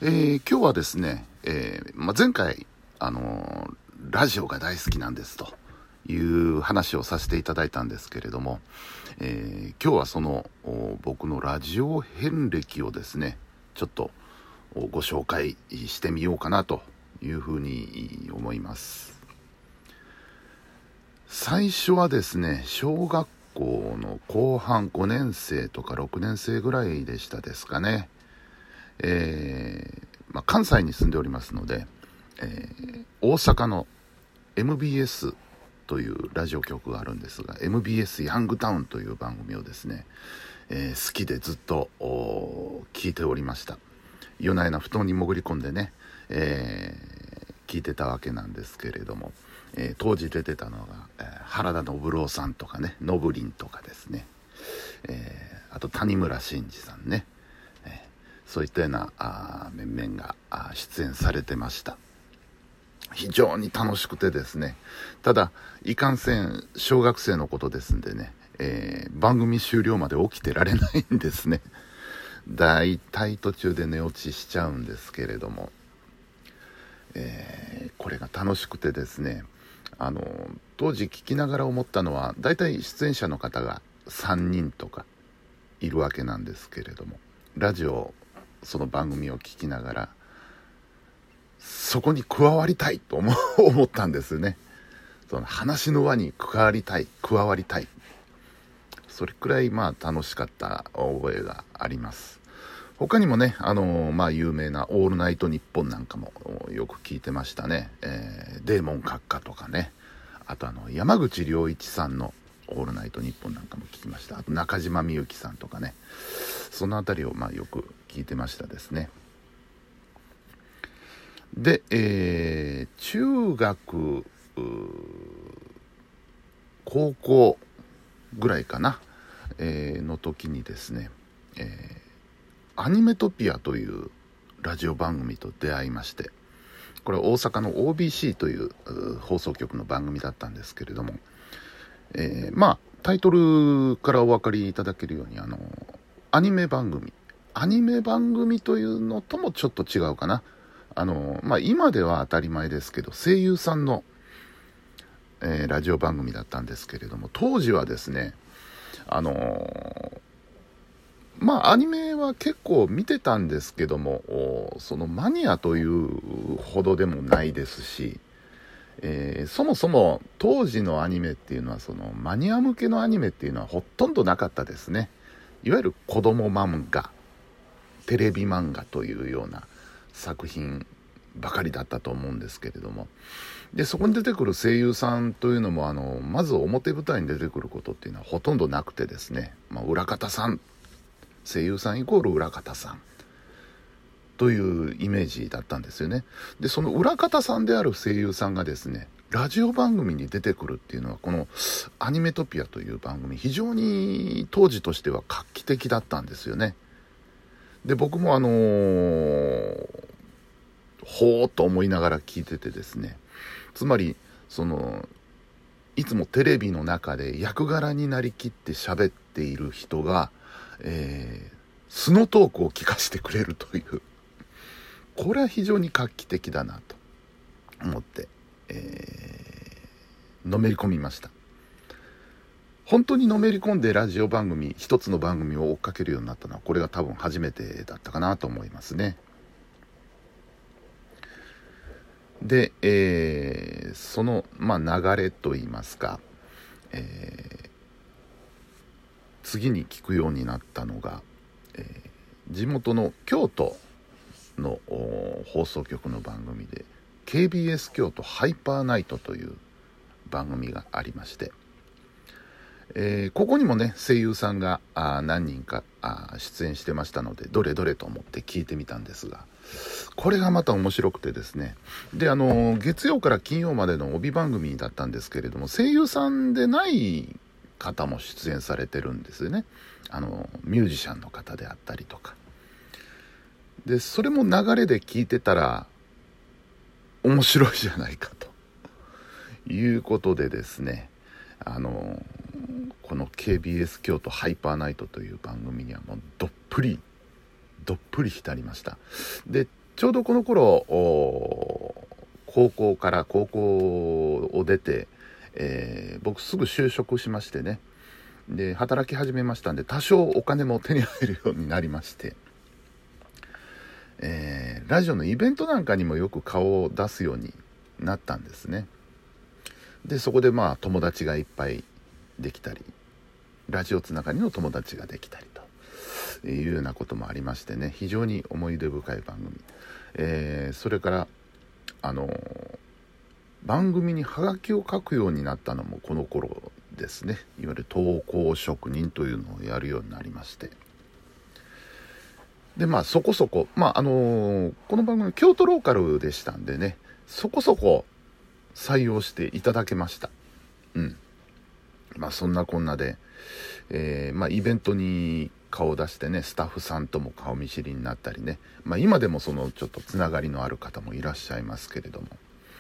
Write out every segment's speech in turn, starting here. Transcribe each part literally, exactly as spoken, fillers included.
えー今日はですね、えーまあ、前回、あのーラジオが大好きなんですという話をさせていただいたんですけれども、えー今日はそのお僕のラジオ遍歴をですね、ちょっとおご紹介してみようかなというふうに思います。最初はですね、小学校の後半ごねん生とかろくねん生ぐらいでしたですかね。えーまあ、関西に住んでおりますので、えー大阪の エムビーエス というラジオ局があるんですが、 エムビーエス ヤングタウンという番組をですね、えー好きでずっと聞いておりました。夜な夜な布団に潜り込んでね、えー聞いてたわけなんですけれども、えー当時出てたのが、えー原田信郎さんとかね、のぶりんとかですね、えーあと谷村新司さんね、えーそういったようなあ面々があ出演されてました。非常に楽しくてですね、ただいかんせん小学生のことですんでね、えー番組終了まで起きてられないんですね。だいたい途中で寝落ちしちゃうんですけれども、えーこれが楽しくてですね、あの当時聞きながら思ったのは、だいたい出演者の方がさんにんとかいるわけなんですけれども、ラジオその番組を聞きながらそこに加わりたいと思思ったんですね。その話の輪に加わりたい加わりたいそれくらいまあ楽しかった覚えがあります。他にもね、あのーまあ有名なオールナイトニッポンなんかもよく聞いてましたね。えーデーモン閣下とかね、あとあの山口良一さんのオールナイトニッポンなんかも聞きました。あと中島みゆきさんとかね、そのあたりをまあよく聞いてましたですね。で、えー中学高校ぐらいかな、えーの時にですね、えーアニメトピアというラジオ番組と出会いまして、これは大阪の オービーシー という放送局の番組だったんですけれども、えーまあタイトルからお分かりいただけるように、あのアニメ番組アニメ番組というのともちょっと違うかな。あのまあ今では当たり前ですけど、声優さんの、えーラジオ番組だったんですけれども、当時はですね、あのーまあアニメは結構見てたんですけども、おそのマニアというほどでもないですし、えーそもそも当時のアニメっていうのは、そのマニア向けのアニメっていうのはほとんどなかったですね。いわゆる子供漫画、テレビ漫画というような作品ばかりだったと思うんですけれども、でそこに出てくる声優さんというのも、あのまず表舞台に出てくることっていうのはほとんどなくてですね、まあ、裏方さん、声優さんイコール裏方さんというイメージだったんですよね。でその裏方さんである声優さんがですね、ラジオ番組に出てくるっていうのは、このアニメトピアという番組、非常に当時としては画期的だったんですよね。で僕もあのー、ほーっと思いながら聞いててですね、つまりそのいつもテレビの中で役柄になりきって喋っている人が、えー、素のトークを聞かせてくれるという、これは非常に画期的だなと思って、えー、のめり込みました。本当にのめり込んでラジオ番組一つの番組を追っかけるようになったのは、これが多分初めてだったかなと思いますね。で、えーその、まあ、流れといいますか、えー次に聞くようになったのが、えー地元の京都のお放送局の番組で ケービーエス 京都ハイパーナイトという番組がありまして、えーここにもね声優さんがあ何人かあ出演してましたので、どれどれと思って聞いてみたんですが、これがまた面白くてですね、であの月曜から金曜までの帯番組だったんですけれども、声優さんでない方も出演されてるんですよね。あのミュージシャンの方であったりとかで、それも流れで聞いてたら面白いじゃないかということでですね、あのこの ケービーエス 京都ハイパーナイトという番組にはもうどっぷりどっぷり浸りました。でちょうどこの頃高校から高校を出て、えー、僕すぐ就職しましてね、で働き始めましたんで、多少お金も手に入るようになりまして、えー、ラジオのイベントなんかにもよく顔を出すようになったんですね。でそこでまあ友達がいっぱいできたり、ラジオつながりの友達ができたりというようなこともありましてね、非常に思い出深い番組、えー、それからあのー、番組にハガキを書くようになったのもこの頃ですね。いわゆる投稿職人というのをやるようになりまして、でまあそこそこまああのー、この番組京都ローカルでしたんでね、そこそこ採用していただけました。うんまあそんなこんなで、えー、まあイベントに顔を出してね、スタッフさんとも顔見知りになったりね、まあ今でもそのちょっとつながりのある方もいらっしゃいますけれども、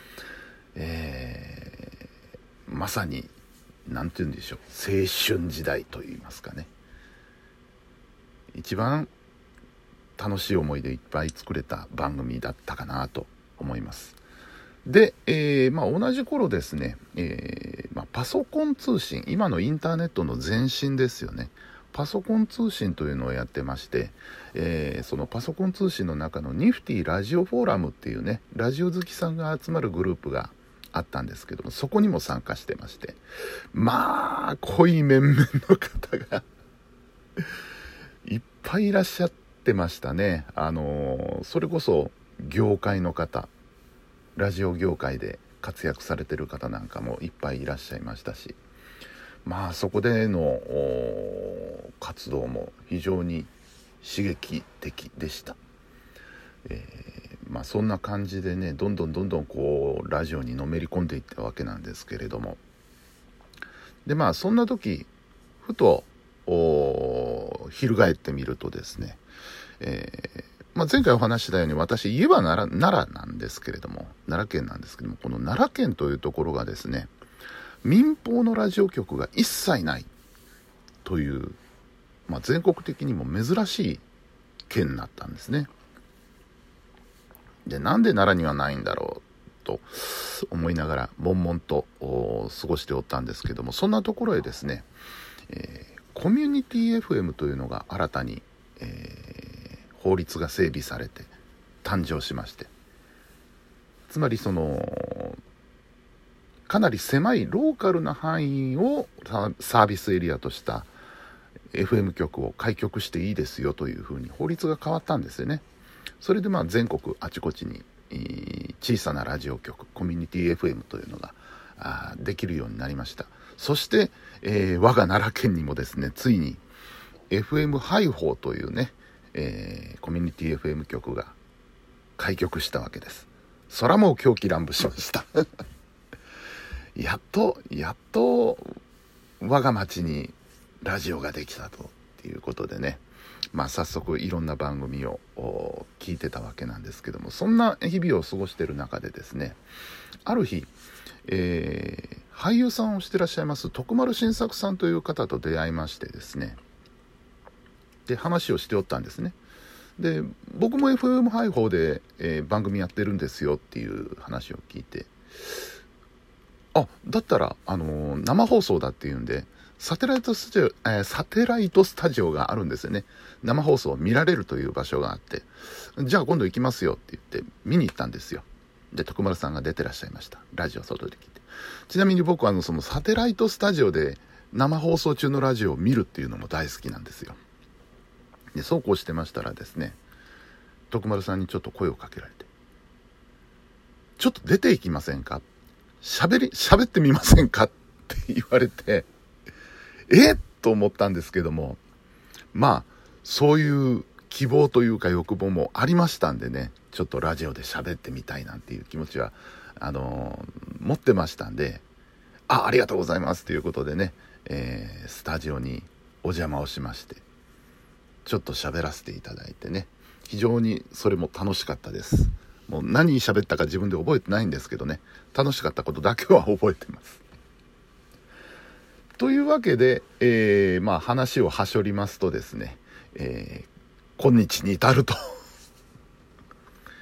えー、まさになんて言うんでしょう、青春時代といいますかね、一番楽しい思い出いっぱい作れた番組だったかなと思います。で、えーまあ、同じ頃ですね、えーまあ、パソコン通信、今のインターネットの前身ですよね。パソコン通信というのをやってまして、えー、そのパソコン通信の中のニフティラジオフォーラムっていうね、ラジオ好きさんが集まるグループがあったんですけども、そこにも参加してまして、まあ濃い面々の方がいっぱいいらっしゃってましたね。あのー、それこそ業界の方、ラジオ業界で活躍されてる方なんかもいっぱいいらっしゃいましたし、まあそこでの活動も非常に刺激的でした。えー、まあそんな感じでね、どんどんどんどんこうラジオにのめり込んでいったわけなんですけれども、でまあそんな時ふと翻ってみるとですね、えーまあ、前回お話ししたように、私家は奈良、奈良なんですけれども、奈良県なんですけども、この奈良県というところがですね、民放のラジオ局が一切ないという、まあ、全国的にも珍しい県になったんですね。でなんで奈良にはないんだろうと思いながら悶々と過ごしておったんですけども、そんなところへですね、えー、コミュニティ エフエム というのが新たに、えー法律が整備されて誕生しまして、つまりそのかなり狭いローカルな範囲をサービスエリアとした エフエム 局を開局していいですよというふうに法律が変わったんですよね。それでまあ全国あちこちに小さなラジオ局、コミュニティ エフエム というのができるようになりました。そして、えー、我が奈良県にもですね、ついに エフエム ハイホーというね、えー、コミュニティ エフエム 局が開局したわけです。そらもう狂喜乱舞しましたやっとやっと我が町にラジオができたとっていうことでね、まあ早速いろんな番組を聞いてたわけなんですけども、そんな日々を過ごしている中でですね、ある日、えー、俳優さんをしてらっしゃいます徳丸新作さんという方と出会いましてですね、で話をしておったんですね。で僕も エフエム ハイホーで、えー、番組やってるんですよっていう話を聞いて、あだったら、あのー、生放送だっていうんでサテライトスタジオ、えー、サテライトスタジオがあるんですよね。生放送を見られるという場所があって、じゃあ今度行きますよって言って見に行ったんですよ。で徳丸さんが出てらっしゃいました。ラジオ外で聞いて、ちなみに僕はあのそのサテライトスタジオで生放送中のラジオを見るっていうのも大好きなんですよ。でそうこうしてましたらですね、徳丸さんにちょっと声をかけられて、ちょっと出ていきませんか、喋り喋ってみませんかって言われて、えっと思ったんですけども、まあそういう希望というか欲望もありましたんでね、ちょっとラジオで喋ってみたいなんていう気持ちはあのー、持ってましたんで、あありがとうございますということでね、えー、スタジオにお邪魔をしまして、ちょっと喋らせていただいてね、非常にそれも楽しかったです。もう何喋ったか自分で覚えてないんですけどね、楽しかったことだけは覚えてます。というわけで、えー、まあ話をはしょりますとですね、えー、今日に至ると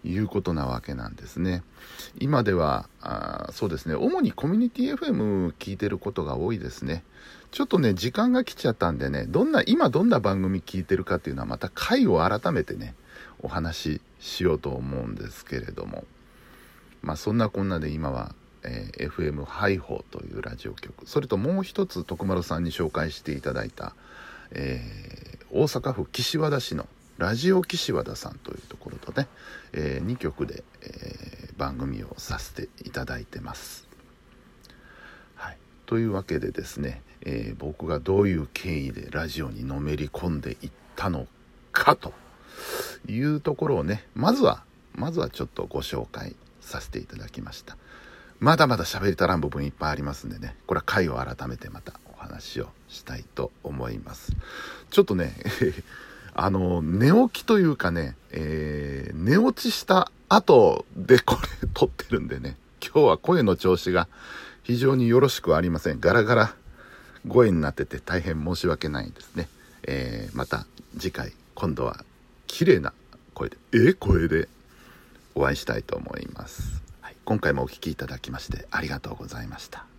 いうことなわけなんですね。今ではあそうですね、主にコミュニティ エフエム 聞いてることが多いですね。ちょっとね時間が来ちゃったんでね、どんな今どんな番組聞いてるかっていうのはまた回を改めてねお話ししようと思うんですけれども、まあそんなこんなで今は、えー、エフエム ハイホーというラジオ局、それともう一つ徳丸さんに紹介していただいた、えー、大阪府岸和田市のラジオ岸和田さんというところとね、えー、にきょくで、えー、番組をさせていただいてます。はい、というわけでですね、えー、僕がどういう経緯でラジオにのめり込んでいったのかというところをね、まずはまずはちょっとご紹介させていただきました。まだまだ喋り足らん部分いっぱいありますんでね、これは回を改めてまたお話をしたいと思います。ちょっとねあの寝起きというかね、えー、寝落ちした後でこれ撮ってるんでね、今日は声の調子が非常によろしくありません。ガラガラ声になってて大変申し訳ないですね。えー、また次回今度は綺麗な声でえー、声でお会いしたいと思います。はい、今回もお聞きいただきましてありがとうございました。